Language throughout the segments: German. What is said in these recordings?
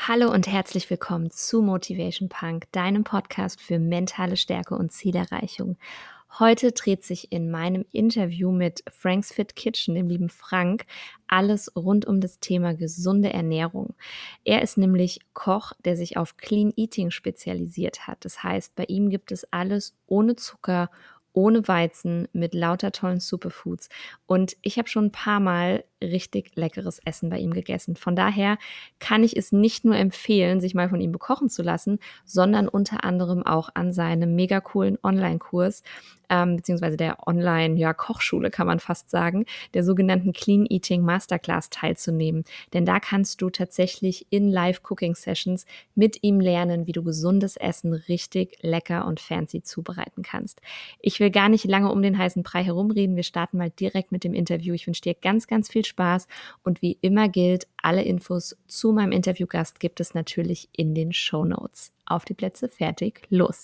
Hallo und herzlich willkommen zu Motivation Punk, deinem Podcast für mentale Stärke und Zielerreichung. Heute dreht sich in meinem Interview mit Frank's Fit Kitchen, dem lieben Frank, alles rund um das Thema gesunde Ernährung. Er ist nämlich Koch, der sich auf Clean Eating spezialisiert hat. Das heißt, bei ihm gibt es alles ohne Zucker, ohne Weizen, mit lauter tollen Superfoods. Und ich habe schon ein paar Mal richtig leckeres Essen bei ihm gegessen. Von daher kann ich es nicht nur empfehlen, sich mal von ihm bekochen zu lassen, sondern unter anderem auch an seinem mega coolen Online-Kurs, beziehungsweise der Online-Kochschule, kann man fast sagen, der sogenannten Clean Eating Masterclass teilzunehmen. Denn da kannst du tatsächlich in Live-Cooking-Sessions mit ihm lernen, wie du gesundes Essen richtig lecker und fancy zubereiten kannst. Ich will gar nicht lange um den heißen Brei herumreden. Wir starten mal direkt mit dem Interview. Ich wünsche dir ganz, ganz viel Spaß. Und wie immer gilt, alle Infos zu meinem Interviewgast gibt es natürlich in den Shownotes. Auf die Plätze, fertig, los!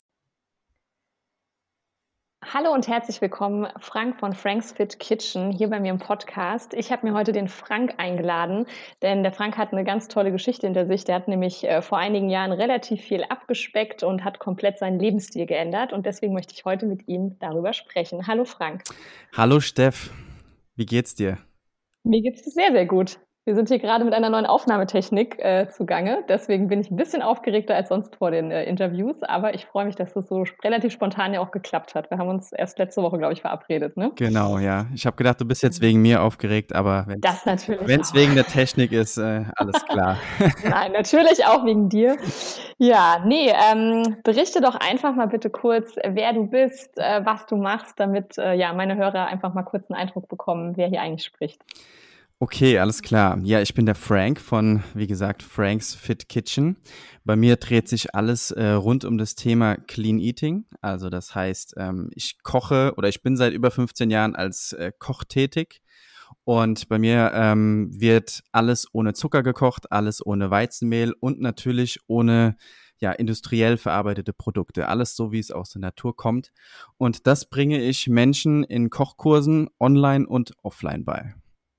Hallo und herzlich willkommen, Frank von Frank's Fit Kitchen, hier bei mir im Podcast. Ich habe mir heute den Frank eingeladen, denn der Frank hat eine ganz tolle Geschichte hinter sich. Der hat nämlich vor einigen Jahren relativ viel abgespeckt und hat komplett seinen Lebensstil geändert. Und deswegen möchte ich heute mit ihm darüber sprechen. Hallo Frank. Hallo Steff, wie geht's dir? Mir geht's sehr, sehr gut. Wir sind hier gerade mit einer neuen Aufnahmetechnik zugange. Deswegen bin ich ein bisschen aufgeregter als sonst vor den Interviews. Aber ich freue mich, dass das so relativ spontan ja auch geklappt hat. Wir haben uns erst letzte Woche, glaube ich, verabredet, ne? Genau, ja. Ich habe gedacht, du bist jetzt wegen mir aufgeregt, aber Das natürlich wenn's auch. wegen der Technik ist, alles klar. Nein, natürlich auch wegen dir. Ja, nee, berichte doch einfach mal bitte kurz, wer du bist, was du machst, damit ja meine Hörer einfach mal kurz einen Eindruck bekommen, wer hier eigentlich spricht. Okay, alles klar. Ja, ich bin der Frank von, wie gesagt, Frank's Fit Kitchen. Bei mir dreht sich alles rund um das Thema Clean Eating. Also das heißt, ich koche oder ich bin seit über 15 Jahren als Koch tätig. Und bei mir wird alles ohne Zucker gekocht, alles ohne Weizenmehl und natürlich ohne industriell verarbeitete Produkte. Alles so, wie es aus der Natur kommt. Und das bringe ich Menschen in Kochkursen online und offline bei.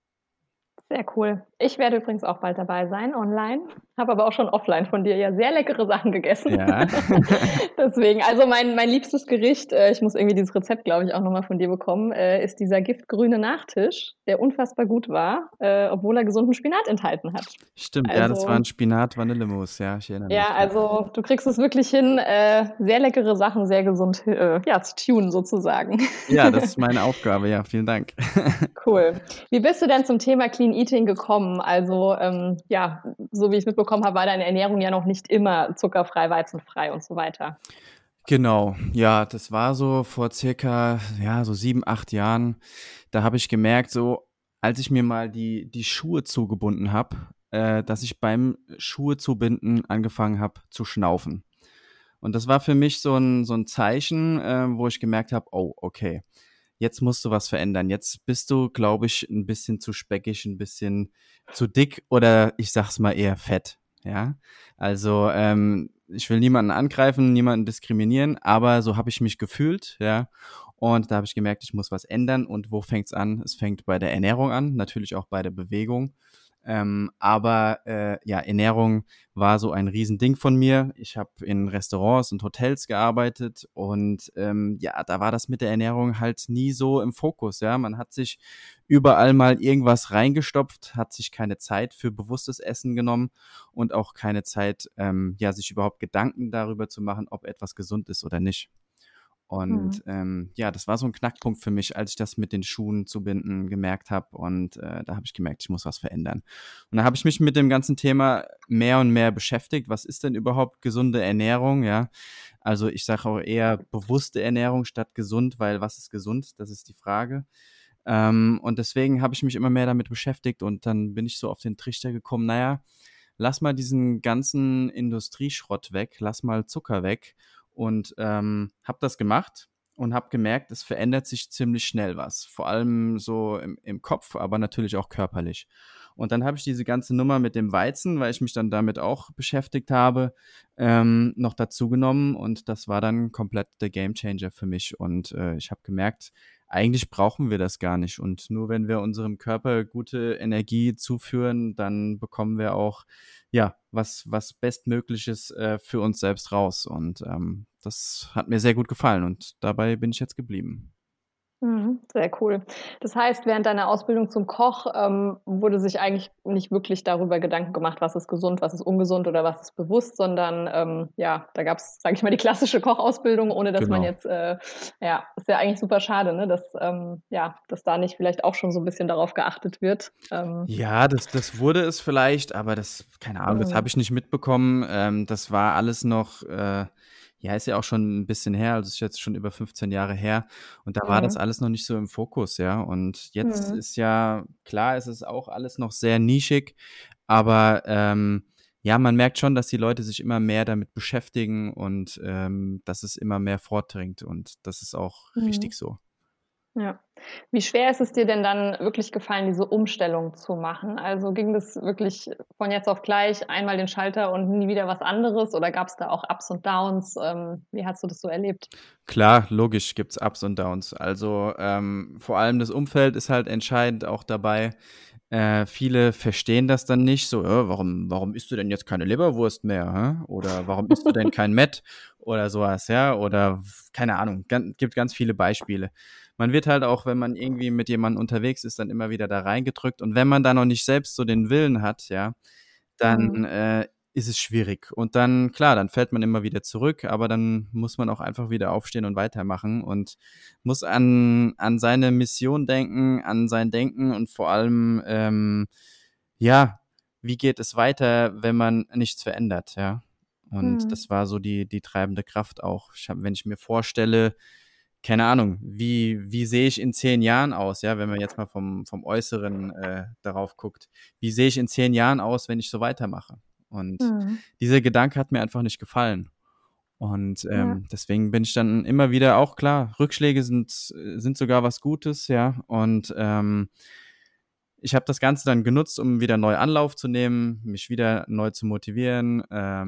Sehr cool. Ich werde übrigens auch bald dabei sein, online, habe aber auch schon offline von dir ja sehr leckere Sachen gegessen. Ja. Deswegen, also mein liebstes Gericht, ich muss irgendwie dieses Rezept, glaube ich, auch nochmal von dir bekommen, ist dieser giftgrüne Nachtisch, der unfassbar gut war, obwohl er gesunden Spinat enthalten hat. Stimmt, ja, das war Also, ein Spinat-Vanillemus, ja, ich erinnere mich, ja, ja. also du kriegst es wirklich hin, sehr leckere Sachen sehr gesund zu tunen sozusagen. Ja, das ist meine Aufgabe, ja, vielen Dank. Cool. Wie bist du denn zum Thema Clean Eating gekommen? Also, ja, so wie ich es mitbekommen habe, war deine Ernährung ja noch nicht immer zuckerfrei, weizenfrei und so weiter. Genau, ja, das war so vor circa, ja, so 7, 8 Jahren. Da habe ich gemerkt, so, als ich mir mal die Schuhe zugebunden habe, dass ich beim Schuhe zubinden angefangen habe zu schnaufen. Und das war für mich so ein Zeichen, wo ich gemerkt habe: „Oh, okay, jetzt musst du was verändern. Jetzt bist du, glaube ich, ein bisschen zu speckig, ein bisschen zu dick oder ich sage mal eher fett“, ja? Also, ich will niemanden angreifen, niemanden diskriminieren, aber so habe ich mich gefühlt, ja? Und da habe ich gemerkt, ich muss was ändern. Und wo fängt's an? Es fängt bei der Ernährung an, natürlich auch bei der Bewegung. Aber Ernährung war so ein Riesending von mir. Ich habe in Restaurants und Hotels gearbeitet und da war das mit der Ernährung halt nie so im Fokus. Ja, man hat sich überall mal irgendwas reingestopft, hat sich keine Zeit für bewusstes Essen genommen und auch keine Zeit, sich überhaupt Gedanken darüber zu machen, ob etwas gesund ist oder nicht. Mhm. Und das war so ein Knackpunkt für mich, als ich das mit den Schuhen zu binden gemerkt habe. Und da habe ich gemerkt, ich muss was verändern. Und da habe ich mich mit dem ganzen Thema mehr und mehr beschäftigt. Was ist denn überhaupt gesunde Ernährung? Ja, also ich sage auch eher bewusste Ernährung statt gesund, weil was ist gesund? Das ist die Frage. Und deswegen habe ich mich immer mehr damit beschäftigt und dann bin ich so auf den Trichter gekommen, naja, lass mal diesen ganzen Industrieschrott weg, lass mal Zucker weg und habe das gemacht und habe gemerkt, es verändert sich ziemlich schnell was, vor allem so im Kopf, aber natürlich auch körperlich. Und dann habe ich diese ganze Nummer mit dem Weizen, weil ich mich dann damit auch beschäftigt habe, noch dazu genommen und das war dann komplett der Gamechanger für mich und ich habe gemerkt, eigentlich brauchen wir das gar nicht. Und nur wenn wir unserem Körper gute Energie zuführen, dann bekommen wir auch, ja, was Bestmögliches, für uns selbst raus. Und, das hat mir sehr gut gefallen und dabei bin ich jetzt geblieben. Mhm, sehr cool. Das heißt, während deiner Ausbildung zum Koch, wurde sich eigentlich nicht wirklich darüber Gedanken gemacht, was ist gesund, was ist ungesund oder was ist bewusst, sondern, ja, da gab's, sage ich mal, die klassische Kochausbildung, ohne dass man Genau. jetzt, ja, ist ja eigentlich super schade, ne, dass, ja, dass da nicht vielleicht auch schon so 'n bisschen darauf geachtet wird. Ja, das wurde es vielleicht, aber das keine Ahnung, das habe Mhm, ich nicht mitbekommen. Das war alles noch, ja, ist ja auch schon 'n bisschen her, also ist jetzt schon über 15 Jahre her und da war das mhm, alles noch nicht so im Fokus, ja. Und jetzt mhm, ist ja klar, es ist auch alles noch sehr nischig, aber, ja, man merkt schon, dass die Leute sich immer mehr damit beschäftigen und, dass es immer mehr vordringt und das ist auch mhm. richtig so. Ja. Wie schwer ist es dir denn dann wirklich gefallen, diese Umstellung zu machen? Also, ging das wirklich von jetzt auf gleich einmal den Schalter und nie wieder was anderes oder gab's da auch Ups und Downs? Wie hast du das so erlebt? Klar, logisch gibt's Ups und Downs. Also, vor allem das Umfeld ist halt entscheidend auch dabei. Viele verstehen das dann nicht so: warum isst du denn jetzt keine Leberwurst mehr, hä?“ Oder „Warum isst du denn kein Mett?“ oder sowas, ja? Oder keine Ahnung, gibt ganz viele Beispiele. Man wird halt auch, wenn man irgendwie mit jemandem unterwegs ist, dann immer wieder da reingedrückt und wenn man da noch nicht selbst so den Willen hat, ja, Mhm. dann, ist es schwierig. Und dann klar, dann fällt man immer wieder zurück, aber dann muss man auch einfach wieder aufstehen und weitermachen und muss an seine Mission denken, an sein Denken und vor allem, ja, wie geht es weiter, wenn man nichts verändert, ja? Und Mhm. das war so die treibende Kraft auch. Wenn ich mir vorstelle, keine Ahnung, wie sehe ich in 10 Jahren aus, ja, wenn man jetzt mal vom Äußeren, darauf guckt. Wie sehe ich in 10 Jahren aus, wenn ich so weitermache? Und Mhm. dieser Gedanke hat mir einfach nicht gefallen. Und, Ja. deswegen bin ich dann immer wieder auch klar, Rückschläge sind sogar was Gutes, ja. Und, ich habe das Ganze dann genutzt, um wieder neu Anlauf zu nehmen, mich wieder neu zu motivieren,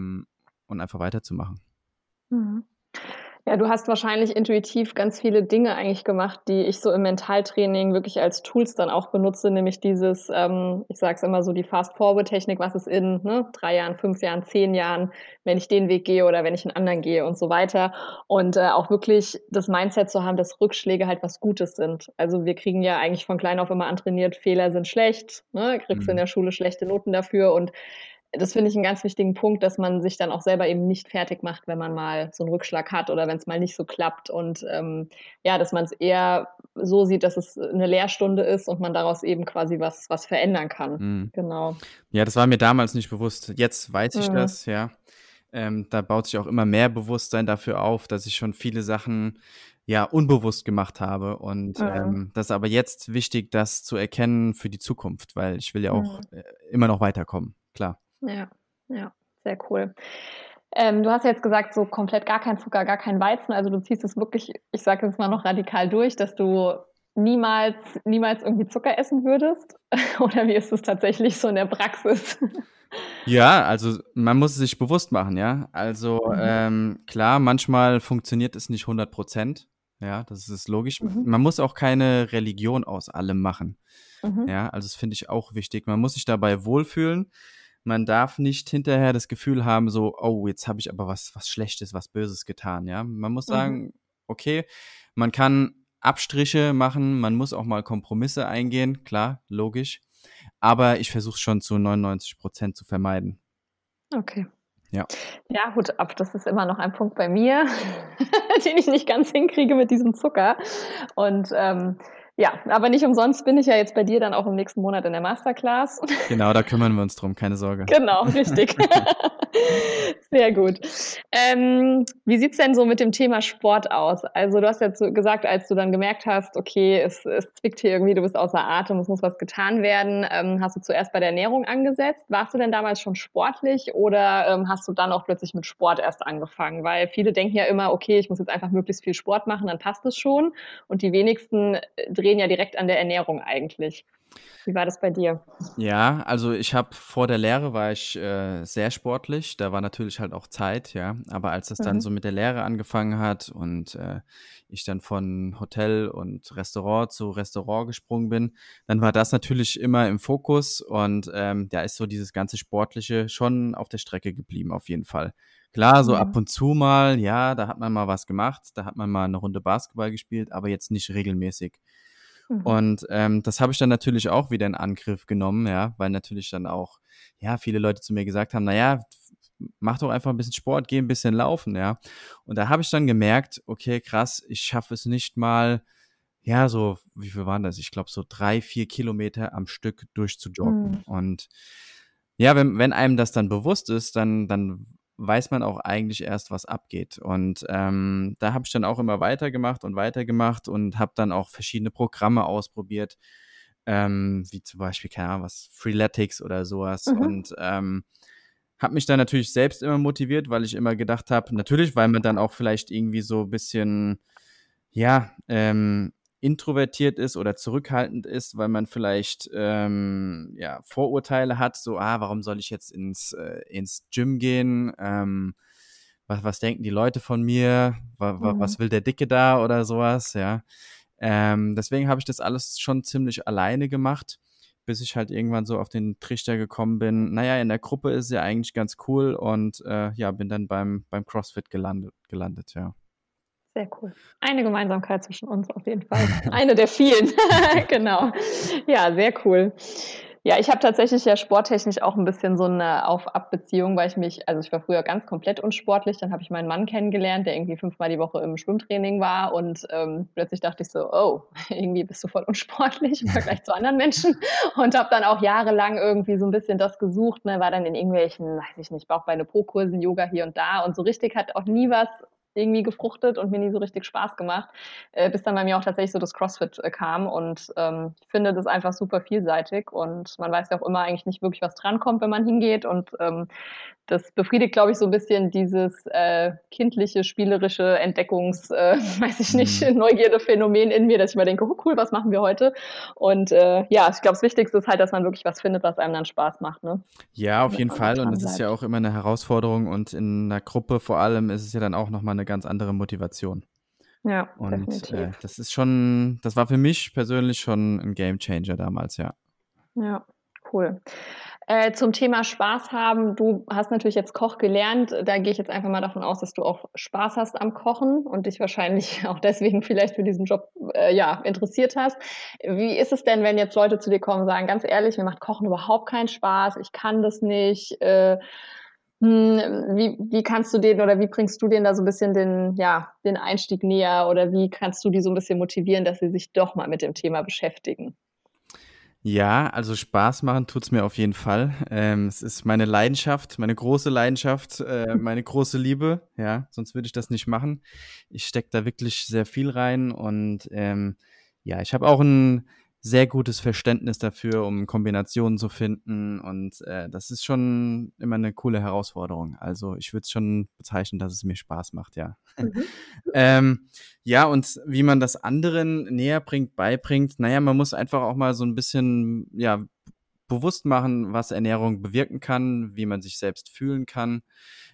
und einfach weiterzumachen. Mhm. Ja, du hast wahrscheinlich intuitiv ganz viele Dinge eigentlich gemacht, die ich so im Mentaltraining wirklich als Tools dann auch benutze, nämlich dieses, ich sage es immer so, die Fast-Forward-Technik, was ist in, ne, 3 Jahren, 5 Jahren, 10 Jahren, wenn ich den Weg gehe oder wenn ich einen anderen gehe und so weiter. Und, auch wirklich das Mindset zu haben, dass Rückschläge halt was Gutes sind. Also, wir kriegen ja eigentlich von klein auf immer antrainiert, Fehler sind schlecht, ne? Kriegst in Mhm. der Schule schlechte Noten dafür und das finde ich 'n ganz wichtigen Punkt, dass man sich dann auch selber eben nicht fertig macht, wenn man mal so 'n Rückschlag hat oder wenn's mal nicht so klappt und, ja, dass man's eher so sieht, dass es 'ne Lehrstunde ist und man daraus eben quasi was verändern kann. Mhm. Genau. Ja, das war mir damals nicht bewusst. Jetzt weiß ich Mhm. das, ja. Da baut sich auch immer mehr Bewusstsein dafür auf, dass ich schon viele Sachen, ja, unbewusst gemacht habe und, Mhm. das ist aber jetzt wichtig, das zu erkennen für die Zukunft, weil ich will ja auch, Mhm. immer noch weiterkommen, klar. Ja, ja, sehr cool. Du hast ja jetzt gesagt, so komplett gar kein Zucker, gar kein Weizen. Also, du ziehst es wirklich, ich sage jetzt mal noch radikal durch, dass du niemals niemals irgendwie Zucker essen würdest? Oder wie ist es tatsächlich so in der Praxis? Ja, also, man muss es sich bewusst machen, ja. Also, Mhm, klar, manchmal funktioniert es nicht 100%, ja, das ist logisch. mhm, Man muss auch keine Religion aus allem machen, mhm, ja, also, das finde ich auch wichtig. Man muss sich dabei wohlfühlen. Man darf nicht hinterher das Gefühl haben, so: „Oh, jetzt habe ich aber was Schlechtes, was Böses getan“, ja? Man muss mhm, sagen: „Okay, man kann Abstriche machen, man muss auch mal Kompromisse eingehen“, klar, logisch, aber ich versuche es schon zu 99% zu vermeiden. okay. Ja. Ja, Hut ab. Das ist immer noch ein Punkt bei mir, den ich nicht ganz hinkriege mit diesem Zucker. Und, ja, aber nicht umsonst bin ich ja jetzt bei dir dann auch im nächsten Monat in der Masterclass. Genau, da kümmern wir uns drum, keine Sorge. Genau, richtig. Sehr gut. Wie sieht's denn so mit dem Thema Sport aus? Also, du hast jetzt so gesagt, als du dann gemerkt hast: „Okay, es zwickt hier irgendwie, du bist außer Atem, es muss was getan werden“, hast du zuerst bei der Ernährung angesetzt. Warst du denn damals schon sportlich oder, hast du dann auch plötzlich mit Sport erst angefangen? Weil viele denken ja immer: „Okay, ich muss jetzt einfach möglichst viel Sport machen, dann passt es schon.“ Und die wenigsten, drehen ja direkt an der Ernährung eigentlich. Wie war das bei dir? Ja, also ich habe vor der Lehre war ich sehr sportlich, da war natürlich halt auch Zeit, ja. Aber als es dann Mhm. so mit der Lehre angefangen hat und ich dann von Hotel und Restaurant zu Restaurant gesprungen bin, dann war das natürlich immer im Fokus und da ist so dieses ganze Sportliche schon auf der Strecke geblieben, auf jeden Fall. Klar, so ab Mhm. und zu mal, ja, da hat man mal was gemacht, da hat man mal eine Runde Basketball gespielt, aber jetzt nicht regelmäßig. Mhm. Und das habe ich dann natürlich auch wieder in Angriff genommen, ja, weil natürlich dann auch, ja, viele Leute zu mir gesagt haben: „Na ja, mach doch einfach ein bisschen Sport, geh ein bisschen laufen“, ja. Und da habe ich dann gemerkt: „Okay, krass, ich schaffe es nicht mal, ja, so wie viel waren das? Ich glaube, so 3, 4 Kilometer am Stück durchzujoggen.“ Mhm. Und ja, wenn einem das dann bewusst ist, dann weiß man auch eigentlich erst, was abgeht. Und da habe ich dann auch immer weitergemacht und habe dann auch verschiedene Programme ausprobiert, wie zum Beispiel, keine Ahnung was, Freeletics oder sowas. Mhm. Und habe mich dann natürlich selbst immer motiviert, weil ich immer gedacht habe, natürlich, weil man dann auch vielleicht irgendwie so ein bisschen, ja, introvertiert ist oder zurückhaltend ist, weil man vielleicht, ja, Vorurteile hat, so: „Ah, warum soll ich jetzt ins Gym gehen? Was denken die Leute von mir? Mhm. Was will der Dicke da?“ oder sowas, ja. Deswegen habe ich das alles schon ziemlich alleine gemacht, bis ich halt irgendwann so auf den Trichter gekommen bin: „Na ja, in der Gruppe ist ja eigentlich ganz cool“ und ja, bin dann beim CrossFit gelandet, ja. Sehr cool. Eine Gemeinsamkeit zwischen uns auf jeden Fall. Eine der vielen. Genau. Ja, sehr cool. Ja, ich habe tatsächlich ja sporttechnisch auch 'n bisschen so 'ne Auf-Ab-Beziehung, weil ich war früher ganz komplett unsportlich, dann habe ich meinen Mann kennengelernt, der irgendwie 5-mal die Woche im Schwimmtraining war und, plötzlich dachte ich so: „Oh, irgendwie bist du voll unsportlich im Vergleich zu anderen Menschen“ und habe dann auch jahrelang irgendwie so 'n bisschen das gesucht, ne, war dann in irgendwelchen, weiß ich nicht, Bauch-Beine-Po-Kursen, Yoga hier und da und so richtig hat auch nie was irgendwie gefruchtet und mir nie so richtig Spaß gemacht, bis dann bei mir auch tatsächlich so das CrossFit kam. Und ich finde das einfach super vielseitig und man weiß ja auch immer eigentlich nicht wirklich, was drankommt, wenn man hingeht. Und das befriedigt, glaube ich, so ein bisschen dieses kindliche, spielerische Entdeckungs, weiß ich nicht, Mhm. Neugierde-Phänomen in mir, dass ich mal denke, oh cool, was machen wir heute? Und ja, ich glaube, das Wichtigste ist halt, dass man wirklich was findet, was einem dann Spaß macht, ne? Ja, auf Damit jeden man auch Fall und dran es ist ja bleibt. auch immer 'ne Herausforderung und in 'ner Gruppe vor allem ist es ja dann auch noch mal 'ne ganz andere Motivation. Ja, Und definitiv. das war für mich persönlich schon 'n Gamechanger damals, ja. Ja, cool. Zum Thema Spaß haben, du hast natürlich jetzt Koch gelernt. Da gehe ich jetzt einfach mal davon aus, dass du auch Spaß hast am Kochen und dich wahrscheinlich auch deswegen vielleicht für diesen Job, ja, interessiert hast. Wie ist es denn, wenn jetzt Leute zu dir kommen und sagen: „Ganz ehrlich, mir macht Kochen überhaupt keinen Spaß, ich kann das nicht“, wie kannst du denen oder wie bringst du denen da so 'n bisschen den Einstieg näher oder wie kannst du die so 'n bisschen motivieren, dass sie sich doch mal mit dem Thema beschäftigen? Ja, also Spaß machen tut's mir auf jeden Fall. Es ist meine Leidenschaft, meine große Leidenschaft, meine große Liebe, ja, sonst würde ich das nicht machen. Ich stecke da wirklich sehr viel rein und ja, ich habe auch ein sehr gutes Verständnis dafür, um Kombinationen zu finden und das ist schon immer eine coole Herausforderung. Also, ich würde es schon bezeichnen, dass es mir Spaß macht, ja. Mhm. Ähm, ja, und wie man das anderen näher bringt, beibringt, na ja, man muss einfach auch mal so 'n bisschen, ja, bewusst machen, was Ernährung bewirken kann, wie man sich selbst fühlen kann,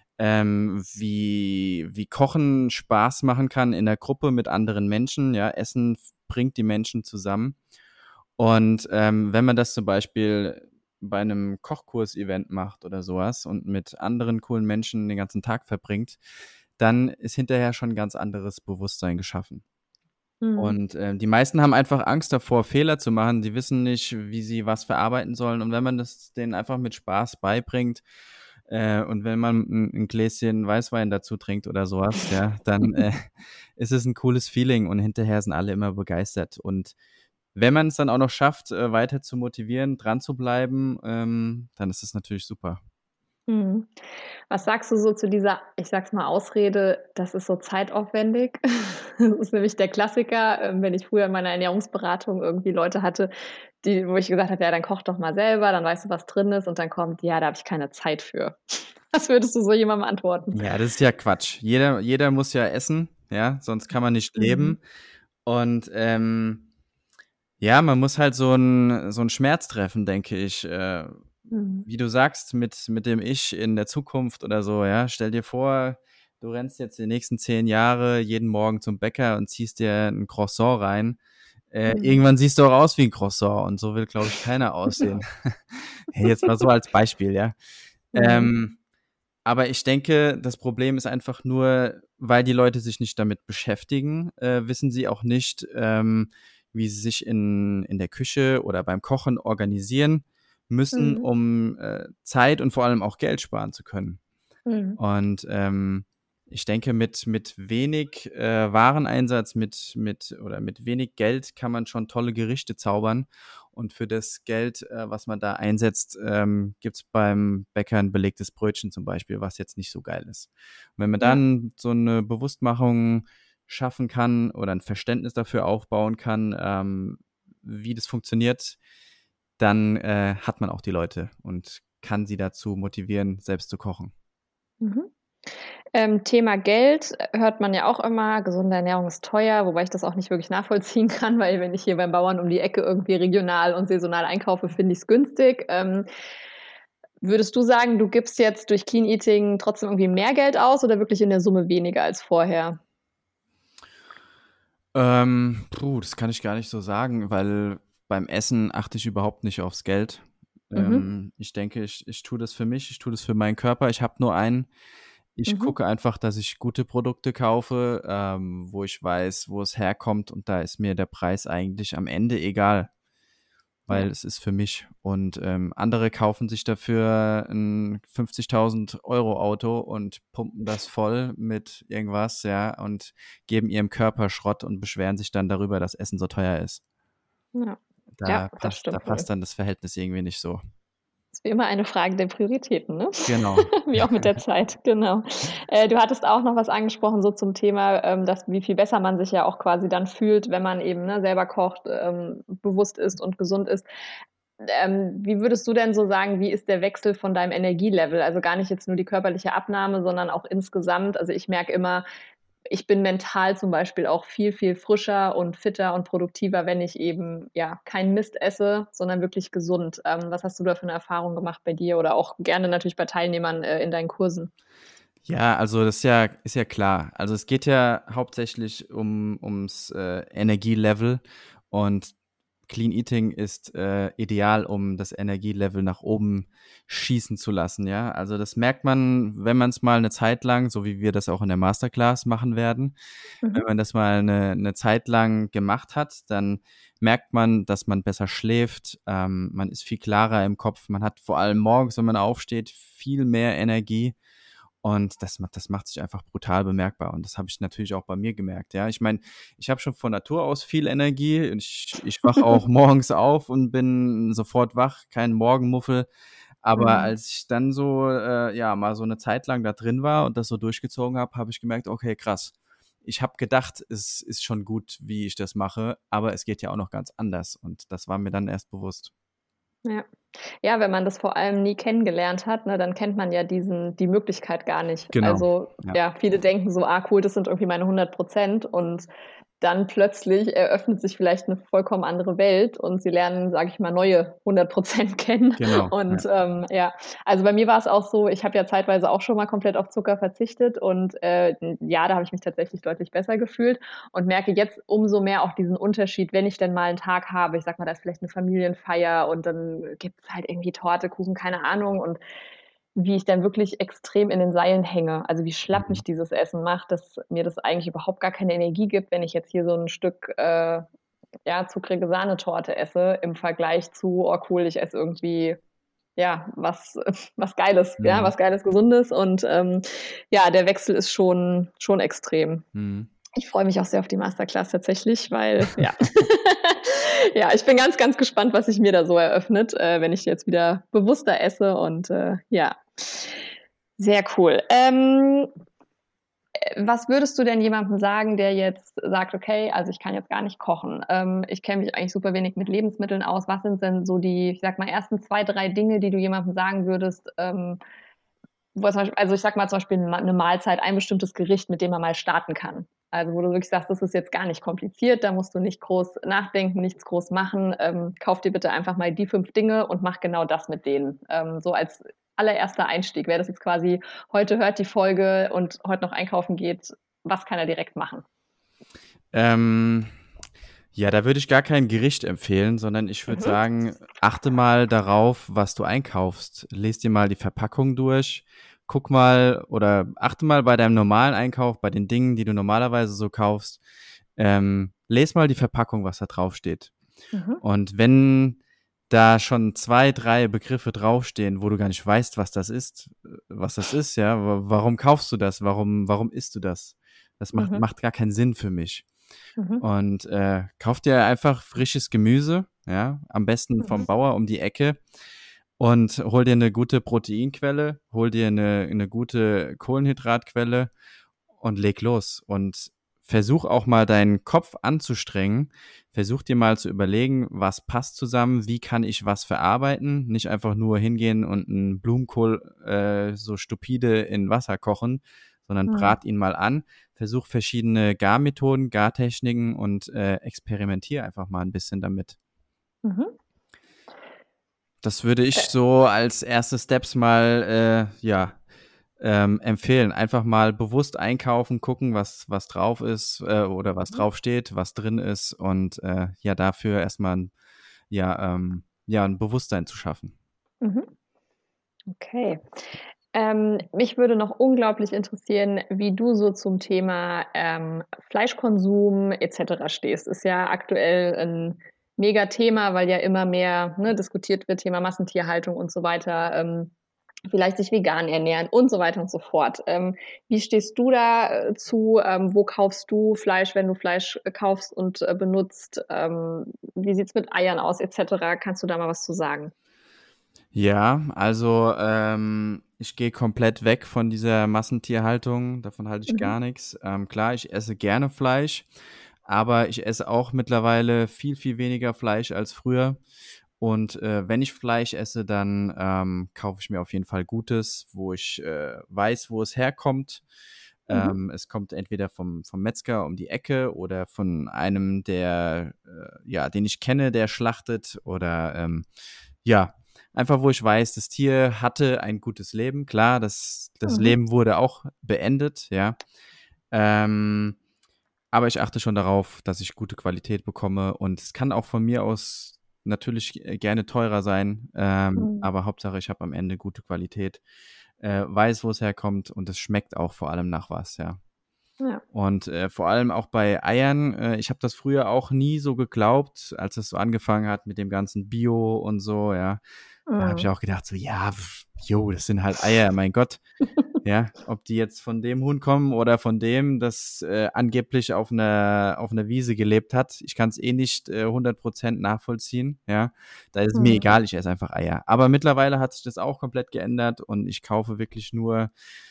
wie Kochen Spaß machen kann in der Gruppe mit anderen Menschen, ja. Essen bringt die Menschen zusammen. Und wenn man das zum Beispiel bei einem Kochkurs-Event macht oder sowas und mit anderen coolen Menschen den ganzen Tag verbringt, dann ist hinterher schon 'n ganz anderes Bewusstsein geschaffen. Mhm. Und die meisten haben einfach Angst davor, Fehler zu machen. Die wissen nicht, wie sie was verarbeiten sollen. Und wenn man das denen einfach mit Spaß beibringt, und wenn man 'n Gläschen Weißwein dazu trinkt oder sowas, ja, dann ist es 'n cooles Feeling und hinterher sind alle immer begeistert. Und wenn man's dann auch noch schafft, weiter zu motivieren, dran zu bleiben, dann ist es natürlich super. Mhm. Was sagst du so zu dieser, ich sage es mal, Ausrede, das ist so zeitaufwendig? Das ist nämlich der Klassiker, wenn ich früher in meiner Ernährungsberatung irgendwie Leute hatte, wo ich gesagt habe: „Ja, dann koch doch mal selber, dann weißt du, was drin ist“, und dann kommt: „Ja, da habe ich keine Zeit für.“ Was würdest du so jemandem antworten? Ja, das ist ja Quatsch. Jeder muss ja essen, ja, sonst kann man nicht Mhm. leben. Und Ja, man muss halt so 'n Schmerz treffen, denke ich. Mhm. Wie du sagst, mit dem Ich in der Zukunft oder so, ja. Stell dir vor, du rennst jetzt die nächsten 10 Jahre jeden Morgen zum Bäcker und ziehst dir 'n Croissant rein. Mhm. Irgendwann siehst du auch aus wie 'n Croissant und so will, glaube ich, keiner aussehen. Hey, jetzt mal so als Beispiel, ja. Mhm. Ähm, aber ich denke, das Problem ist einfach nur, weil die Leute sich nicht damit beschäftigen, wissen sie auch nicht, wie sie sich in der Küche oder beim Kochen organisieren müssen, Mhm. um, Zeit und vor allem auch Geld sparen zu können. Mhm. Und, ich denke, mit wenig, Wareneinsatz, mit wenig Geld kann man schon tolle Gerichte zaubern. Und für das Geld, was man da einsetzt, gibt's beim Bäcker 'n belegtes Brötchen zum Beispiel, was jetzt nicht so geil ist. Und wenn man Ja. dann so 'ne Bewusstmachung schaffen kann oder 'n Verständnis dafür aufbauen kann, wie das funktioniert, dann, hat man auch die Leute und kann sie dazu motivieren, selbst zu kochen. Mhm. Thema Geld hört man ja auch immer, gesunde Ernährung ist teuer, wobei ich das auch nicht wirklich nachvollziehen kann, weil wenn ich hier beim Bauern um die Ecke irgendwie regional und saisonal einkaufe, finde ich's günstig. Würdest du sagen, du gibst jetzt durch Clean Eating trotzdem irgendwie mehr Geld aus oder wirklich in der Summe weniger als vorher? Das kann ich gar nicht so sagen, weil beim Essen achte ich überhaupt nicht aufs Geld. Mhm. Ich denke, ich tue das für mich, ich tue das für meinen Körper. Ich habe nur einen. Ich Mhm. gucke einfach, dass ich gute Produkte kaufe, wo ich weiß, wo es herkommt und da ist mir der Preis eigentlich am Ende egal, Ja. weil es ist für mich. Und, andere kaufen sich dafür 'n 50.000 € Auto und pumpen das voll mit irgendwas, ja, und geben ihrem Körper Schrott und beschweren sich dann darüber, dass Essen so teuer ist. Ja. Ja, Da das passt da stimmt wohl. passt dann das Verhältnis irgendwie nicht so. Ist wie immer eine Frage der Prioritäten, ne? Genau. Wie auch mit der Zeit, genau. Du hattest auch noch was angesprochen, so zum Thema, dass wie viel besser man sich ja auch quasi dann fühlt, wenn man eben, ne, selber kocht, bewusst isst und gesund ist. Wie würdest du denn so sagen, wie ist der Wechsel von deinem Energielevel? Also, gar nicht jetzt nur die körperliche Abnahme, sondern auch insgesamt. Also, ich merke immer, ich bin mental zum Beispiel auch viel, viel frischer und fitter und produktiver, wenn ich eben, ja, keinen Mist esse, sondern wirklich gesund. Was hast du da für 'ne Erfahrung gemacht bei dir oder auch gerne natürlich bei Teilnehmern, in deinen Kursen? Ja, also das ist ja klar. Also, es geht ja hauptsächlich ums, Energielevel und Clean Eating ist, ideal, um das Energielevel nach oben schießen zu lassen, ja? Also, das merkt man, wenn man's mal 'ne Zeit lang, so wie wir das auch in der Masterclass machen werden, wenn Mhm. man das mal 'ne Zeit lang gemacht hat, dann merkt man, dass man besser schläft, man ist viel klarer im Kopf, man hat vor allem morgens, wenn man aufsteht, viel mehr Energie. Und das macht sich einfach brutal bemerkbar und das habe ich natürlich auch bei mir gemerkt, ja. Ich meine, ich habe schon von Natur aus viel Energie und ich wache auch morgens auf und bin sofort wach, kein Morgenmuffel. Aber Mhm. als ich dann so, ja, mal so 'ne Zeit lang da drin war und das so durchgezogen habe, habe ich gemerkt: „Okay, krass. Ich habe gedacht, es ist schon gut, wie ich das mache, aber es geht ja auch noch ganz anders.“ Und das war mir dann erst bewusst. Ja. Ja, wenn man das vor allem nie kennengelernt hat, ne, dann kennt man ja die Möglichkeit gar nicht. Genau, Also, ja. ja, viele denken so: „Ah, cool, das sind irgendwie meine 100%“ und dann plötzlich eröffnet sich vielleicht 'ne vollkommen andere Welt und sie lernen, sage ich mal, neue 100% kennen. Genau, ja. Und, ja, also, bei mir war's auch so, ich habe ja zeitweise auch schon mal komplett auf Zucker verzichtet und, ja, da habe ich mich tatsächlich deutlich besser gefühlt und merke jetzt umso mehr auch diesen Unterschied, wenn ich denn mal 'n Tag habe. Ich sage mal, da ist vielleicht 'ne Familienfeier und dann gibt's halt irgendwie Torte, Kuchen, keine Ahnung und wie ich dann wirklich extrem in den Seilen hänge. Also, wie schlapp Mhm. mich dieses Essen macht, dass mir das eigentlich überhaupt gar keine Energie gibt, wenn ich jetzt hier so 'n Stück, ja, zuckrige Sahnetorte esse im Vergleich zu: „Oh cool, ich esse irgendwie, ja, was Geiles, ja, Mhm. was Geiles, Gesundes“ und, ja, der Wechsel ist schon extrem. Mhm. Ich freue mich auch sehr auf die Masterclass tatsächlich, weil ja. Ja, ich bin ganz, ganz gespannt, was sich mir da so eröffnet, wenn ich jetzt wieder bewusster esse und, ja. Sehr cool. Was würdest du denn jemandem sagen, der jetzt sagt: „Okay, also, ich kann jetzt gar nicht kochen. Ich kenne mich eigentlich super wenig mit Lebensmitteln aus.“ Was sind denn so die, ich sage mal, ersten 2, 3 Dinge, die du jemandem sagen würdest, wo er zum Beispiel, also, ich sage mal zum Beispiel 'ne Mahlzeit, ein bestimmtes Gericht, mit dem er mal starten kann? Also wo du wirklich sagst, das ist jetzt gar nicht kompliziert, da musst du nicht groß nachdenken, nichts groß machen. Kauf dir bitte einfach mal die 5 Dinge und mach genau das mit denen. So als allererster Einstieg. Wer das jetzt quasi heute hört, die Folge und heute noch einkaufen geht, was kann er direkt machen? Ja, da würde ich gar kein Gericht empfehlen, sondern ich würde Mhm. sagen, achte mal darauf, was du einkaufst. Lies dir mal die Verpackung durch. Guck mal oder achte mal bei deinem normalen Einkauf, bei den Dingen, die du normalerweise so kaufst. Les mal die Verpackung, was da drauf steht. Mhm. Und wenn da schon 2, 3 Begriffe draufstehen, wo du gar nicht weißt, was das ist, ja, warum kaufst du das? Warum isst du das? Das Mhm. macht gar keinen Sinn für mich. Mhm. Und kauf dir einfach frisches Gemüse, ja, am besten vom Mhm. Bauer um die Ecke und hol dir eine gute Proteinquelle, hol dir eine gute Kohlenhydratquelle und leg los. Und versuch auch mal deinen Kopf anzustrengen. Versuch dir mal zu überlegen, was passt zusammen, wie kann ich was verarbeiten. Nicht einfach nur hingehen und einen Blumenkohl so stupide in Wasser kochen, sondern Mhm. brat ihn mal an. Versuch verschiedene Garmethoden, Gartechniken und experimentier einfach mal ein bisschen damit. Mhm. Das würde ich Äh, so als erste Steps mal, empfehlen. Einfach mal bewusst einkaufen, gucken, was drauf ist oder was Mhm. draufsteht, was drin ist und ja, dafür erstmal ein Bewusstsein zu schaffen. Mhm. Okay. Mich würde noch unglaublich interessieren, wie du so zum Thema Fleischkonsum etc. stehst. Ist ja aktuell ein Mega-Thema, weil ja immer mehr diskutiert wird, Thema Massentierhaltung und so weiter. Vielleicht sich vegan ernähren und so weiter und so fort. Wie stehst du da zu? Wo kaufst du Fleisch, wenn du Fleisch kaufst und benutzt? Wie sieht's mit Eiern aus etc.? Kannst du da mal was zu sagen? Ja, also ich gehe komplett weg von dieser Massentierhaltung. Davon halte ich Mhm. gar nichts. Klar, ich esse gerne Fleisch, aber ich esse auch mittlerweile viel, viel weniger Fleisch als früher. Und wenn ich Fleisch esse, dann kaufe ich mir auf jeden Fall Gutes, wo ich weiß, wo es herkommt. Mhm. Es kommt entweder vom Metzger um die Ecke oder von einem, den ich kenne, der schlachtet oder ja, einfach wo ich weiß, das Tier hatte ein gutes Leben. Klar, das Mhm. Leben wurde auch beendet, ja. Ähm, aber ich achte schon darauf, dass ich gute Qualität bekomme und es kann auch von mir aus natürlich gerne teurer sein, Mhm. aber Hauptsache, ich habe am Ende gute Qualität, weiß, wo es herkommt und es schmeckt auch vor allem nach was, ja. Ja. Und vor allem auch bei Eiern, ich habe das früher auch nie so geglaubt, als es so angefangen hat mit dem ganzen Bio und so, ja. Da habe ich Mhm. auch gedacht so: „Ja, jo, das sind halt Eier, mein Gott.“ Ja, ob die jetzt von dem Huhn kommen oder von dem, das angeblich auf einer Wiese gelebt hat. Ich kann es eh nicht 100% nachvollziehen, ja. Da ist es mir Mhm. egal, ich esse einfach Eier. Aber mittlerweile hat sich das auch komplett geändert und ich kaufe wirklich nur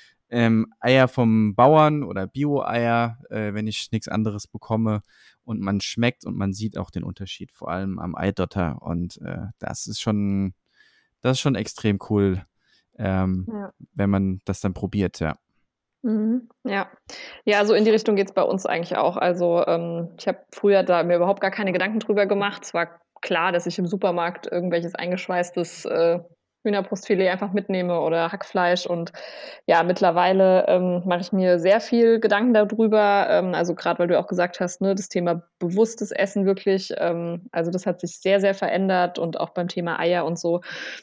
Eier vom Bauern oder Bio-Eier, wenn ich nichts anderes bekomme und man schmeckt und man sieht auch den Unterschied, vor allem am Eidotter und das ist schon extrem cool, ähm, Ja. wenn man das dann probiert, ja. Mhm. Ja. Ja, so in die Richtung geht's bei uns eigentlich auch. Also, ich habe früher da mir überhaupt gar keine Gedanken drüber gemacht. Es war klar, dass ich im Supermarkt irgendwelches eingeschweißtes, Hühnerbrustfilet einfach mitnehme oder Hackfleisch und ja, mittlerweile, mache ich mir sehr viel Gedanken darüber. Also, grad weil du auch gesagt hast, ne, das Thema bewusstes Essen wirklich, also, das hat sich sehr, sehr verändert und auch beim Thema Eier und so.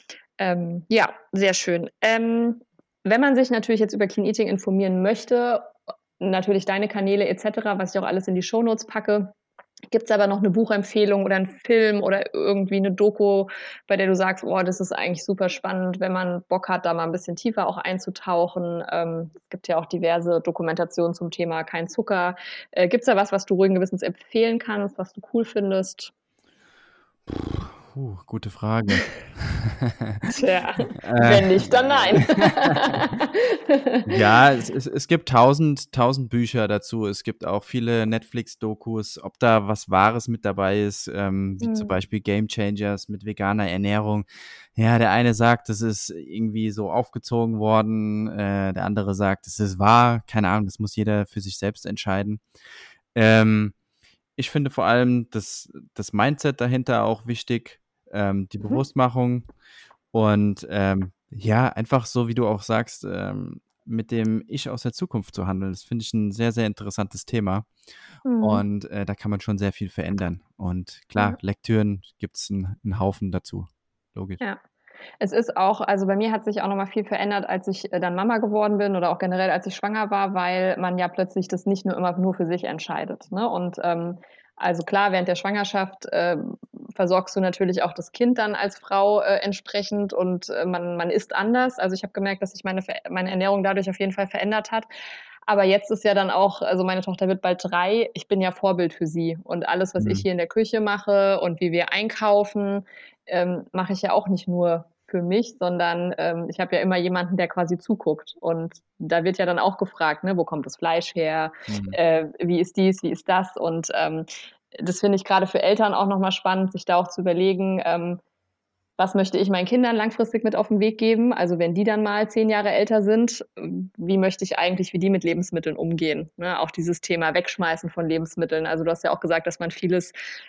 Ja, sehr schön. Wenn man sich natürlich jetzt über Clean Eating informieren möchte, natürlich deine Kanäle et cetera, was ich auch alles in die Shownotes packe. Gibt's aber noch 'ne Buchempfehlung oder 'n Film oder irgendwie 'ne Doku, bei der du sagst: „Oh, das ist eigentlich super spannend, wenn man Bock hat, da mal 'n bisschen tiefer auch einzutauchen?“ Es gibt ja auch diverse Dokumentationen zum Thema „Kein Zucker“. Gibt's da was, was du ruhigen Gewissens empfehlen kannst, was du cool findest? Gute Frage. Tja, Äh, wenn nicht, dann nein. ja, es gibt tausend Bücher dazu. Es gibt auch viele Netflix-Dokus, ob da was Wahres mit dabei ist, wie zum Mhm. Beispiel Game Changers mit veganer Ernährung. Ja, der eine sagt, das ist irgendwie so aufgezogen worden, der andere sagt, es ist wahr. Keine Ahnung, das muss jeder für sich selbst entscheiden. Ähm, Ich finde vor allem das Mindset dahinter auch wichtig, die Mhm. Bewusstmachung und, ja, einfach so, wie du auch sagst, mit dem Ich aus der Zukunft zu handeln. Das finde ich ein sehr, sehr interessantes Thema Mhm. und, da kann man schon sehr viel verändern. Und klar, Ja, Lektüren gibt's 'n Haufen dazu. Logisch. ja. Es ist auch also, bei mir hat sich auch noch mal viel verändert, als ich, dann Mama geworden bin oder auch generell, als ich schwanger war, weil man ja plötzlich das nicht nur für sich entscheidet, ne? Und, also klar, während der Schwangerschaft, versorgst du natürlich auch das Kind dann als Frau, entsprechend und, man isst anders. Also, ich habe gemerkt, dass sich meine Ernährung dadurch auf jeden Fall verändert hat. Aber jetzt ist ja dann auch also, meine Tochter wird bald 3. Ich bin ja Vorbild für sie und alles, was ich Mhm. hier in der Küche mache und wie wir einkaufen, mache ich ja auch nicht nur für mich, sondern, ich habe ja immer jemanden, der quasi zuguckt. Und da wird ja dann auch gefragt, ne: „Wo kommt das Fleisch her? Mhm. Wie ist dies, wie ist das?“ Und, das finde ich gerade für Eltern auch noch mal spannend, sich da auch zu überlegen, was möchte ich meinen Kindern langfristig mit auf den Weg geben? Also, wenn die dann mal 10 Jahre älter sind, wie möchte ich eigentlich wie die mit Lebensmitteln umgehen, ne? Auch dieses Thema Wegschmeißen von Lebensmitteln. Also, du hast ja auch gesagt, dass man vieles,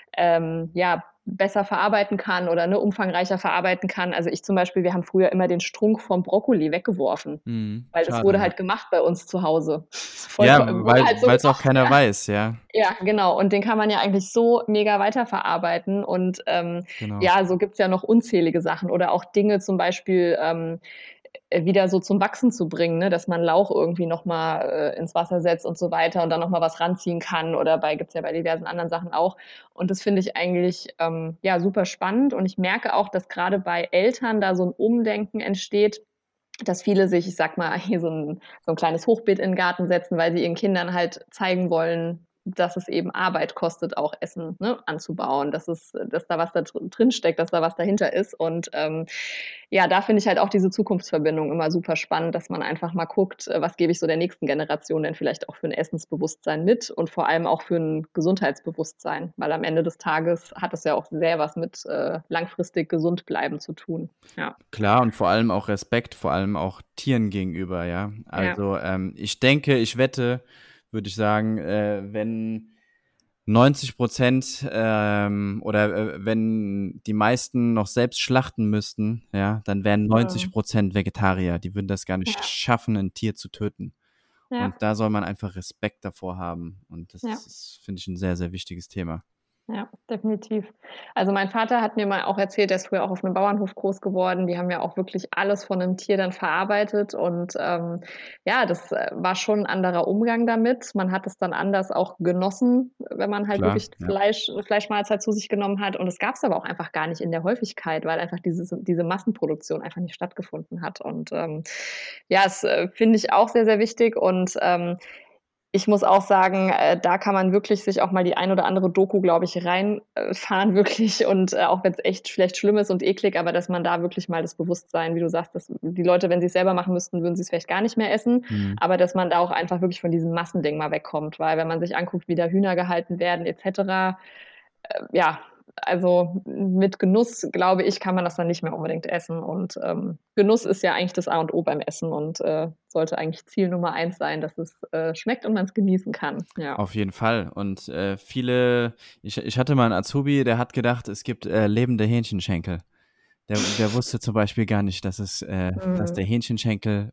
ja, besser verarbeiten kann oder, ne, umfangreicher verarbeiten kann. Also, ich zum Beispiel wir haben früher immer den Strunk vom Brokkoli weggeworfen, Mhm. weil das Schade, wurde ja. halt gemacht bei uns zu Hause. Ja, Wurde weil halt so weil's auch gemacht, keiner ja. weiß, ja, Ja, genau. Und den kann man ja eigentlich so mega weiterverarbeiten und, genau. ja, so gibt's ja noch unzählige Sachen oder auch Dinge zum Beispiel, wieder so zum Wachsen zu bringen, ne, dass man Lauch irgendwie noch mal, ins Wasser setzt und so weiter und dann noch mal was ranziehen kann oder gibt's ja bei diversen anderen Sachen auch. Und das finde ich eigentlich, ja, super spannend und ich merke auch, dass grade bei Eltern da so 'n Umdenken entsteht, dass viele sich, ich sage mal, hier so 'n kleines Hochbeet in 'n Garten setzen, weil sie ihren Kindern halt zeigen wollen, dass es eben Arbeit kostet, auch Essen, ne, anzubauen, dass da was da drin steckt, dass da was dahinter ist. Und, ja, da finde ich halt auch diese Zukunftsverbindung immer super spannend, dass man einfach mal guckt, was gebe ich so der nächsten Generation denn vielleicht auch für 'n Essensbewusstsein mit und vor allem auch für 'n Gesundheitsbewusstsein, weil am Ende des Tages hat es ja auch sehr was mit, langfristig gesund bleiben zu tun. Ja, Klar und vor allem auch Respekt, vor allem auch Tieren gegenüber, ja. ja. Also, ich denke, ich wette, würde ich sagen, wenn 90%, oder, wenn die meisten noch selbst schlachten müssten, ja, dann wären Mhm. 90% Vegetarier. Die würden das gar nicht Ja, schaffen, 'n Tier zu töten. Und ja, da soll man einfach Respekt davor haben. Und das ja. ist, finde ich, 'n sehr, sehr wichtiges Thema. Ja, definitiv. Also, mein Vater hat mir mal auch erzählt, der ist früher auch auf 'nem Bauernhof groß geworden. Die haben ja auch wirklich alles von 'nem Tier dann verarbeitet und, ja, das, war schon 'n anderer Umgang damit. Man hat es dann anders auch genossen, wenn man halt Klar, wirklich ja. Fleischmahlzeit zu sich genommen hat. Und das gab's aber auch einfach gar nicht in der Häufigkeit, weil einfach diese Massenproduktion einfach nicht stattgefunden hat. Und, ja, das, finde ich auch sehr, sehr wichtig und, ich muss auch sagen, da kann man wirklich sich auch mal die ein oder andere Doku, glaube ich, fahren wirklich und, auch wenn's echt vielleicht schlimm ist und eklig, aber dass man da wirklich mal das Bewusstsein, wie du sagst, dass die Leute, wenn sie's selber machen müssten, würden sie's vielleicht gar nicht mehr essen, Mhm. aber dass man da auch einfach wirklich von diesem Massending mal wegkommt, weil wenn man sich anguckt, wie da Hühner gehalten werden et cetera, ja, also mit Genuss, glaube ich, kann man das dann nicht mehr unbedingt essen. Und Genuss ist ja eigentlich das A und O beim Essen und sollte eigentlich Ziel Nummer eins sein, dass es schmeckt und man es genießen kann. Ja. Auf jeden Fall. Und, ich hatte mal 'n Azubi, der hat gedacht, es gibt, lebende Hähnchenschenkel. Der wusste zum Beispiel gar nicht, dass Mhm. der Hähnchenschenkel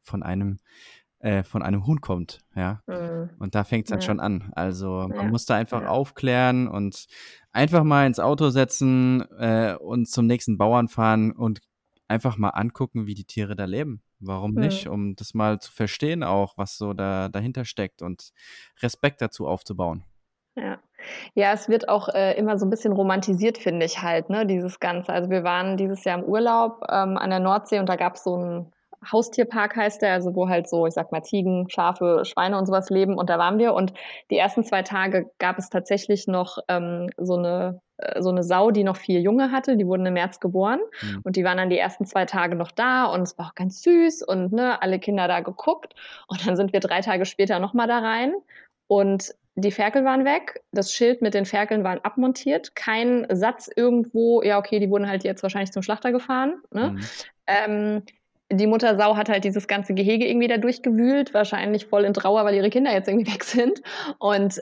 von einem Huhn kommt, ja? Mhm. Und da fängt's dann Ja, schon an. Also, man ja, muss da einfach ja. aufklären und einfach mal ins Auto setzen, und zum nächsten Bauern fahren und einfach mal angucken, wie die Tiere da leben. Warum nicht? Mhm. Um das mal zu verstehen auch, was so dahinter steckt und Respekt dazu aufzubauen. Ja. Ja, es wird auch, immer so 'n bisschen romantisiert, finde ich halt, ne, dieses Ganze. Also, wir waren dieses Jahr im Urlaub, an der Nordsee und da gab's so 'n Haustierpark heißt der, also wo halt so, ich sag mal, Ziegen, Schafe, Schweine und sowas leben. Und da waren wir. Und die ersten 2 Tage gab es tatsächlich noch so eine Sau, die noch 4 Junge hatte. Die wurden im März geboren. Und die waren dann die ersten 2 Tage noch da. Und es war auch ganz süß. Und ne, alle Kinder da geguckt. Und dann sind wir 3 Tage später nochmal da rein. Und die Ferkel waren weg, das Schild mit den Ferkeln waren abmontiert, kein Satz irgendwo, ja okay, die wurden halt jetzt wahrscheinlich zum Schlachter gefahren. Ne? Die Muttersau hat halt dieses ganze Gehege irgendwie da durchgewühlt, wahrscheinlich voll in Trauer, weil ihre Kinder jetzt irgendwie weg sind. Und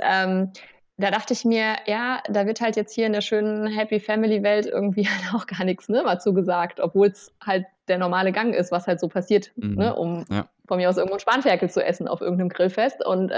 da dachte ich mir, ja, da wird halt jetzt hier in der schönen Happy Family Welt irgendwie halt auch gar nichts ne, mal zugesagt, obwohl es halt der normale Gang ist, was halt so passiert, ne, um von mir aus irgendwo einen Spanferkel zu essen auf irgendeinem Grillfest. Und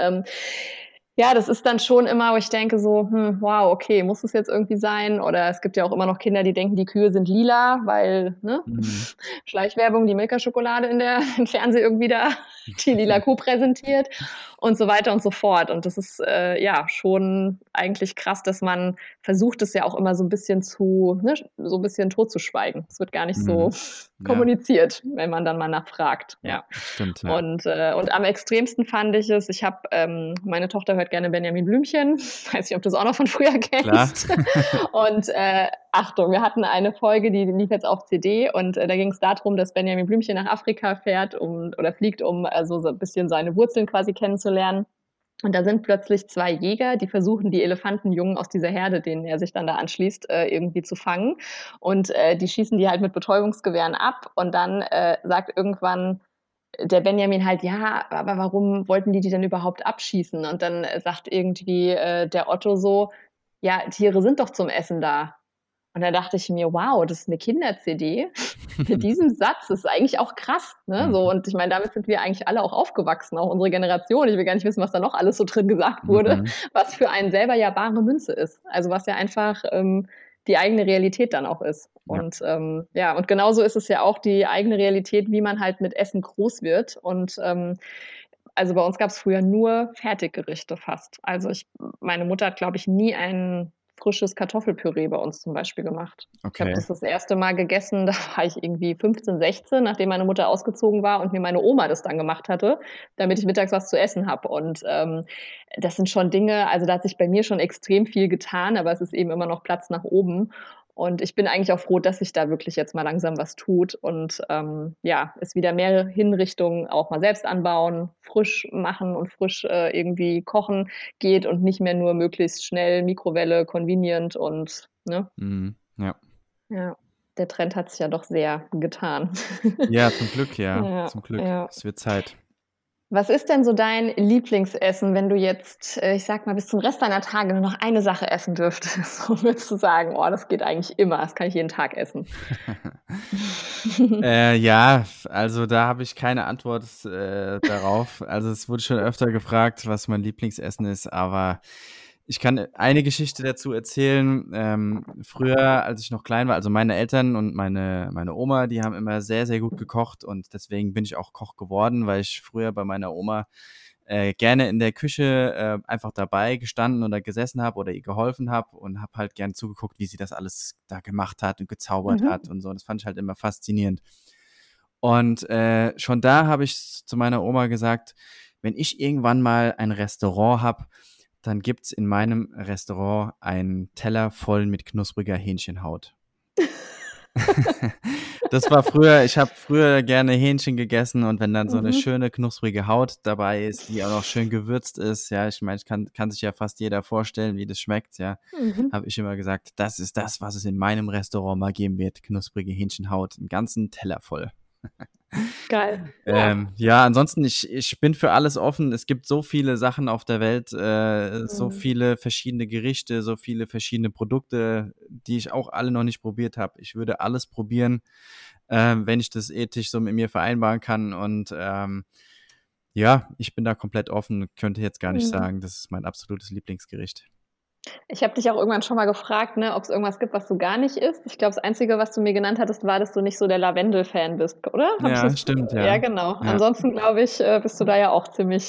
ja, das ist dann schon immer, wo ich denke so, wow, okay, muss es jetzt irgendwie sein? Oder es gibt ja auch immer noch Kinder, die denken, die Kühe sind lila, weil, ne, Schleichwerbung, die Milka-Schokolade im Fernsehen irgendwie da die lila Kuh präsentiert und so weiter und so fort. Und das ist ja schon eigentlich krass, dass man versucht, es ja auch immer so ein bisschen so ein bisschen totzuschweigen. Es wird gar nicht so kommuniziert, wenn man dann mal nachfragt. Ja. Stimmt, ja. Und am extremsten fand ich es, meine Tochter hört gerne Benjamin Blümchen. Weiß nicht, ob du es auch noch von früher kennst. Und Achtung, wir hatten eine Folge, die lief jetzt auf CD und da ging es darum, dass Benjamin Blümchen nach Afrika fährt oder fliegt, um also so ein bisschen seine Wurzeln quasi kennenzulernen. Und da sind plötzlich 2 Jäger, die versuchen, die Elefantenjungen aus dieser Herde, denen er sich dann da anschließt, irgendwie zu fangen. Und die schießen die halt mit Betäubungsgewehren ab. Und dann sagt irgendwann der Benjamin halt, ja, aber warum wollten die denn überhaupt abschießen? Und dann sagt irgendwie der Otto so, ja, Tiere sind doch zum Essen da. Und da dachte ich mir, wow, das ist eine Kinder-CD. Mit diesem Satz, das ist eigentlich auch krass. Ne? So, und ich meine, damit sind wir eigentlich alle auch aufgewachsen, auch unsere Generation. Ich will gar nicht wissen, was da noch alles so drin gesagt wurde, was für einen selber ja bare Münze ist. Also was ja einfach die eigene Realität dann auch ist. Und und genauso ist es ja auch die eigene Realität, wie man halt mit Essen groß wird. Und also bei uns gab es früher nur Fertiggerichte fast. Also meine Mutter hat, glaube ich, nie ein frisches Kartoffelpüree bei uns zum Beispiel gemacht. Okay. Ich habe das erste Mal gegessen, da war ich irgendwie 15, 16, nachdem meine Mutter ausgezogen war und mir meine Oma das dann gemacht hatte, damit ich mittags was zu essen habe. Und das sind schon Dinge, also da hat sich bei mir schon extrem viel getan, aber es ist eben immer noch Platz nach oben. Und ich bin eigentlich auch froh, dass sich da wirklich jetzt mal langsam was tut und es wieder mehr in Richtung auch mal selbst anbauen, frisch machen und frisch irgendwie kochen geht und nicht mehr nur möglichst schnell Mikrowelle, convenient und ne? Ja, der Trend hat sich ja doch sehr getan. Ja, zum Glück, ja. Zum Glück. Es wird Zeit. Was ist denn so dein Lieblingsessen, wenn du jetzt, ich sag mal, bis zum Rest deiner Tage nur noch eine Sache essen dürftest? So würdest du sagen, oh, das geht eigentlich immer, das kann ich jeden Tag essen. Ja, also da habe ich keine Antwort darauf. Also es wurde schon öfter gefragt, was mein Lieblingsessen ist, aber ich kann eine Geschichte dazu erzählen. Früher, als ich noch klein war, also meine Eltern und meine Oma, die haben immer sehr, sehr gut gekocht und deswegen bin ich auch Koch geworden, weil ich früher bei meiner Oma gerne in der Küche einfach dabei gestanden oder gesessen habe oder ihr geholfen habe und habe halt gern zugeguckt, wie sie das alles da gemacht hat und gezaubert hat und so. Das fand ich halt immer faszinierend. Und schon da habe ich zu meiner Oma gesagt, wenn ich irgendwann mal ein Restaurant habe, dann gibt's in meinem Restaurant einen Teller voll mit knuspriger Hähnchenhaut. Das war früher, ich habe früher gerne Hähnchen gegessen und wenn dann so eine schöne knusprige Haut dabei ist, die auch noch schön gewürzt ist, ja, ich meine, kann sich ja fast jeder vorstellen, wie das schmeckt, ja, habe ich immer gesagt, das ist das, was es in meinem Restaurant mal geben wird, knusprige Hähnchenhaut, einen ganzen Teller voll. Geil. Ja, ansonsten, ich bin für alles offen. Es gibt so viele Sachen auf der Welt, so viele verschiedene Gerichte, so viele verschiedene Produkte, die ich auch alle noch nicht probiert habe. Ich würde alles probieren, wenn ich das ethisch so mit mir vereinbaren kann. Und ja, ich bin da komplett offen, könnte jetzt gar nicht sagen, das ist mein absolutes Lieblingsgericht. Ich habe dich auch irgendwann schon mal gefragt, ne, ob es irgendwas gibt, was du gar nicht isst. Ich glaube, das Einzige, was du mir genannt hattest, war, dass du nicht so der Lavendel-Fan bist, oder? Ja, stimmt, ja. Ja, genau. Ja. Ansonsten, glaube ich, bist du da ja auch ziemlich,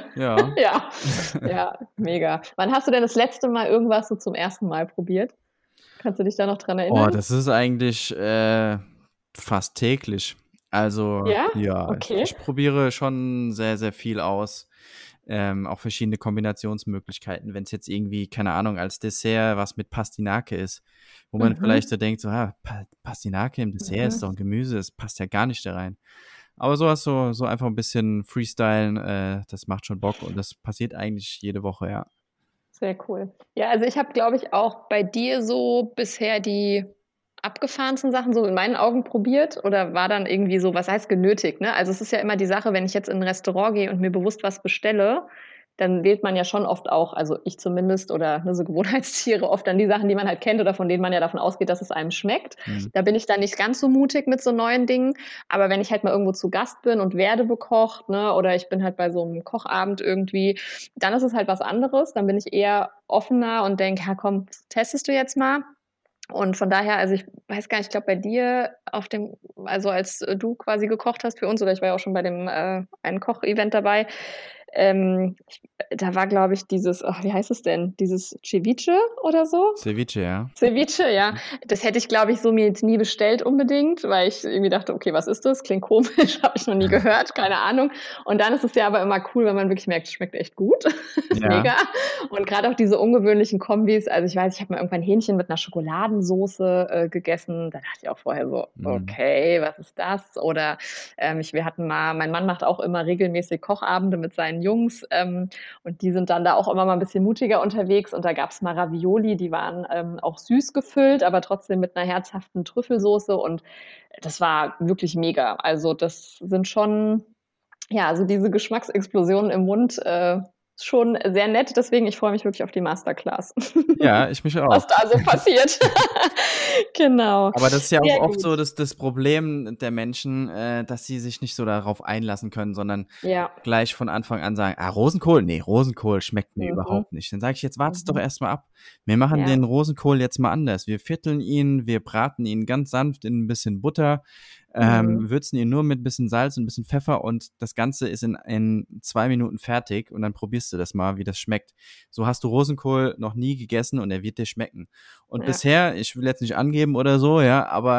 ja, mega. Wann hast du denn das letzte Mal irgendwas so zum ersten Mal probiert? Kannst du dich da noch dran erinnern? Oh, das ist eigentlich fast täglich. Also, Ja? ja, Okay. ich probiere schon sehr, sehr viel aus. Auch verschiedene Kombinationsmöglichkeiten. Wenn es jetzt irgendwie, keine Ahnung, als Dessert was mit Pastinake ist, wo man vielleicht Mhm. so denkt, so, Pastinake im Dessert ist Mhm. doch ein Gemüse, das passt ja gar nicht da rein. Aber so einfach ein bisschen freestylen, das macht schon Bock und das passiert eigentlich jede Woche, ja. Sehr cool. Ja, also ich habe, glaube ich, auch bei dir so bisher die abgefahrensten Sachen so in meinen Augen probiert oder war dann irgendwie so, was heißt genötigt, ne? Also es ist ja immer die Sache, wenn ich jetzt in ein Restaurant gehe und mir bewusst was bestelle, dann wählt man ja schon oft auch, also ich zumindest oder ne, so Gewohnheitstiere, oft dann die Sachen, die man halt kennt oder von denen man ja davon ausgeht, dass es einem schmeckt. Mhm. Da bin ich dann nicht ganz so mutig mit so neuen Dingen. Aber wenn ich halt mal irgendwo zu Gast bin und werde bekocht, ne, oder ich bin halt bei so einem Kochabend irgendwie, dann ist es halt was anderes. Dann bin ich eher offener und denke, ja komm, testest du jetzt mal. Und von daher, also ich weiß gar nicht, ich glaube bei dir auf dem, also als du quasi gekocht hast für uns, oder ich war ja auch schon bei dem einen Kochevent dabei, ich, da war, glaube ich, dieses, ach, wie heißt es denn? Dieses Ceviche oder so? Ceviche, ja. Ceviche, ja. Das hätte ich, glaube ich, so mir jetzt nie bestellt unbedingt, weil ich irgendwie dachte, okay, was ist das? Klingt komisch, habe ich noch nie gehört, keine Ahnung. Und dann ist es ja aber immer cool, wenn man wirklich merkt, es schmeckt echt gut. Ja. Mega. Und gerade auch diese ungewöhnlichen Kombis. Also ich weiß, ich habe mal irgendwann Hähnchen mit einer Schokoladensoße gegessen. Da dachte ich auch vorher so, Mhm. okay, was ist das? Oder wir hatten mal, mein Mann macht auch immer regelmäßig Kochabende mit seinen Jungs. Und die sind dann da auch immer mal ein bisschen mutiger unterwegs. Und da gab es mal Ravioli, die waren auch süß gefüllt, aber trotzdem mit einer herzhaften Trüffelsoße. Und das war wirklich mega. Also das sind schon, ja, also diese Geschmacksexplosionen im Mund schon sehr nett. Deswegen, ich freue mich wirklich auf die Masterclass, Ja, ich mich auch. was da so passiert. Genau. Aber das ist ja auch Sehr oft gut. so das Problem der Menschen, dass sie sich nicht so darauf einlassen können, sondern Ja. gleich von Anfang an sagen: „Ah, Rosenkohl? Ne, Rosenkohl schmeckt mir Mhm. überhaupt nicht.“ Dann sage ich: „Jetzt wartet's doch Mhm. erst mal ab. Wir machen Ja. den Rosenkohl jetzt mal anders. Wir vierteln ihn, wir braten ihn ganz sanft in 'n bisschen Butter, Mhm. würzen ihn nur mit 'n bisschen Salz und 'n bisschen Pfeffer und das Ganze ist in 2 Minuten fertig und dann probierst du das mal, wie das schmeckt. So hast du Rosenkohl noch nie gegessen und er wird dir schmecken.“ Und Ja. bisher, ich will jetzt nicht angeben oder so, ja, aber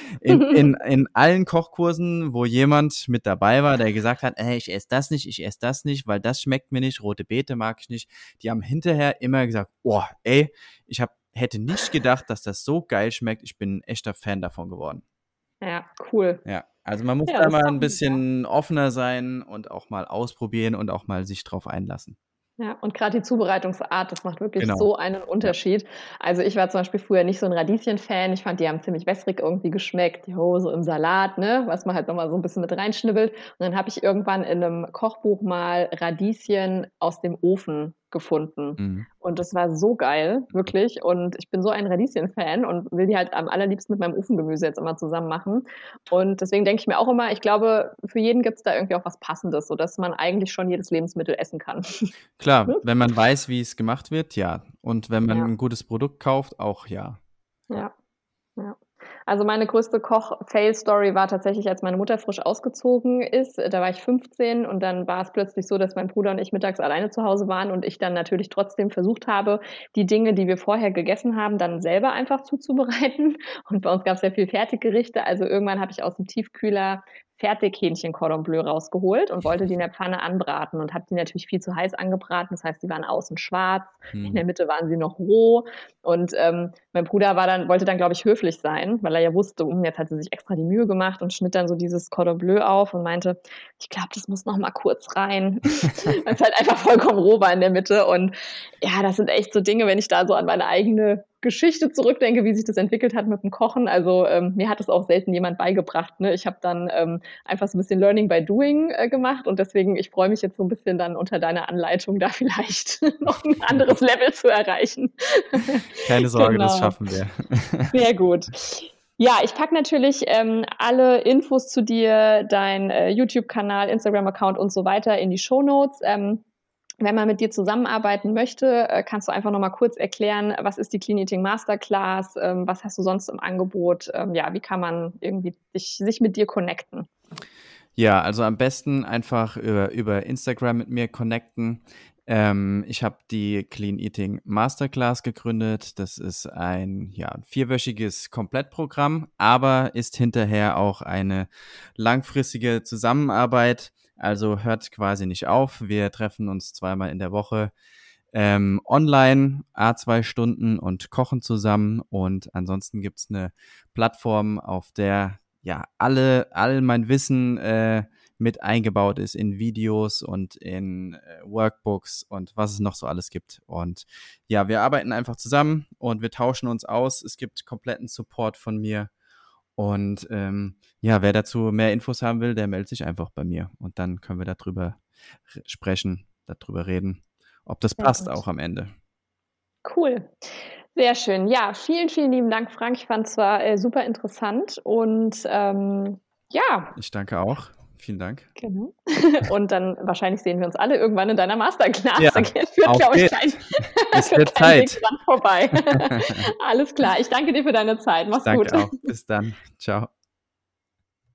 in allen Kochkursen, wo jemand mit dabei war, der gesagt hat: ich esse das nicht, weil das schmeckt mir nicht, rote Beete mag ich nicht“, die haben hinterher immer gesagt: „Oh, ey, hätte nicht gedacht, dass das so geil schmeckt. Ich bin 'n echter Fan davon geworden.“ Ja, cool. Ja, also man muss Ja, da das ist mal doch 'n mega. bisschen offener sein und auch mal ausprobieren und auch mal sich drauf einlassen. Ja, und gerade die Zubereitungsart, das macht wirklich Genau, so einen ja. Unterschied. Also, ich war zum Beispiel früher nicht so 'n Radieschen-Fan. Ich fand, die haben ziemlich wässrig irgendwie geschmeckt, jo, so im Salat, ne, was man halt noch mal so 'n bisschen mit reinschnibbelt. Und dann habe ich irgendwann in 'nem Kochbuch mal Radieschen aus dem Ofen gefunden. Mhm. Und das war so geil, wirklich. Und ich bin so ein Radieschen-Fan und will die halt am allerliebsten mit meinem Ofengemüse jetzt immer zusammen machen. Und deswegen denke ich mir auch immer, ich glaube, für jeden gibt's da irgendwie auch was Passendes, sodass man eigentlich schon jedes Lebensmittel essen kann. Klar, Ne? wenn man weiß, wie es gemacht wird, ja. Und wenn man Ja, 'n gutes Produkt kauft, auch ja. Ja. ja, ja. Also, meine größte Koch-Fail-Story war tatsächlich, als meine Mutter frisch ausgezogen ist. Da war ich 15 und dann war es plötzlich so, dass mein Bruder und ich mittags alleine zu Hause waren und ich dann natürlich trotzdem versucht habe, die Dinge, die wir vorher gegessen haben, dann selber einfach zuzubereiten. Und bei uns gab's sehr viel Fertiggerichte. Also, irgendwann habe ich aus dem Tiefkühler Fertighähnchen Cordon Bleu rausgeholt und wollte die in der Pfanne anbraten und habe die natürlich viel zu heiß angebraten. Das heißt, die waren außen schwarz, in Mhm. der Mitte waren sie noch roh und, mein Bruder wollte dann, glaube ich, höflich sein, weil er ja wusste, jetzt hat sie sich extra die Mühe gemacht und schnitt dann so dieses Cordon Bleu auf und meinte: „Ich glaube, das muss noch mal kurz rein.“ Weil's halt einfach vollkommen roh war in der Mitte. Und ja, das sind echt so Dinge, wenn ich da so an meine eigene Geschichte zurückdenke, wie sich das entwickelt hat mit dem Kochen. Also, mir hat es auch selten jemand beigebracht, ne? Ich habe dann, einfach so 'n bisschen Learning by Doing, gemacht und deswegen ich freue mich jetzt so 'n bisschen dann unter deiner Anleitung da vielleicht noch 'n anderes Level zu erreichen. Keine Sorge, das Genau, schaffen wir. sehr gut. Ja, ich packe natürlich, alle Infos zu dir, dein, YouTube-Kanal, Instagram-Account und so weiter in die Shownotes. Wenn man mit dir zusammenarbeiten möchte, kannst du einfach noch mal kurz erklären, was ist die Clean Eating Masterclass? Was hast du sonst im Angebot? Ja, wie kann man irgendwie sich mit dir connecten? Ja, also am besten einfach über Instagram mit mir connecten. Ich habe die Clean Eating Masterclass gegründet. Das ist ein 4-wöchiges Komplettprogramm, aber ist hinterher auch eine langfristige Zusammenarbeit. Also hört quasi nicht auf. Wir treffen uns 2-mal in der Woche online, 2 Stunden und kochen zusammen. Und ansonsten gibt's eine Plattform, auf der all mein Wissen mit eingebaut ist in Videos und in Workbooks und was es noch so alles gibt. Und ja, wir arbeiten einfach zusammen und wir tauschen uns aus. Es gibt kompletten Support von mir. Und wer dazu mehr Infos haben will, der meldet sich einfach bei mir. Und dann können wir darüber sprechen, darüber reden, ob das passt auch am Ende. Cool. Sehr schön. Ja, vielen, vielen lieben Dank, Frank. Ich fand es zwar super interessant und Ich danke auch. Vielen Dank. Genau. Und dann wahrscheinlich sehen wir uns alle irgendwann in deiner Masterclass. Ja, da führt, glaube ich, es wird Zeit. Weg dran vorbei. Alles klar. Ich danke dir für deine Zeit. Mach's gut. Danke auch. Bis dann. Ciao.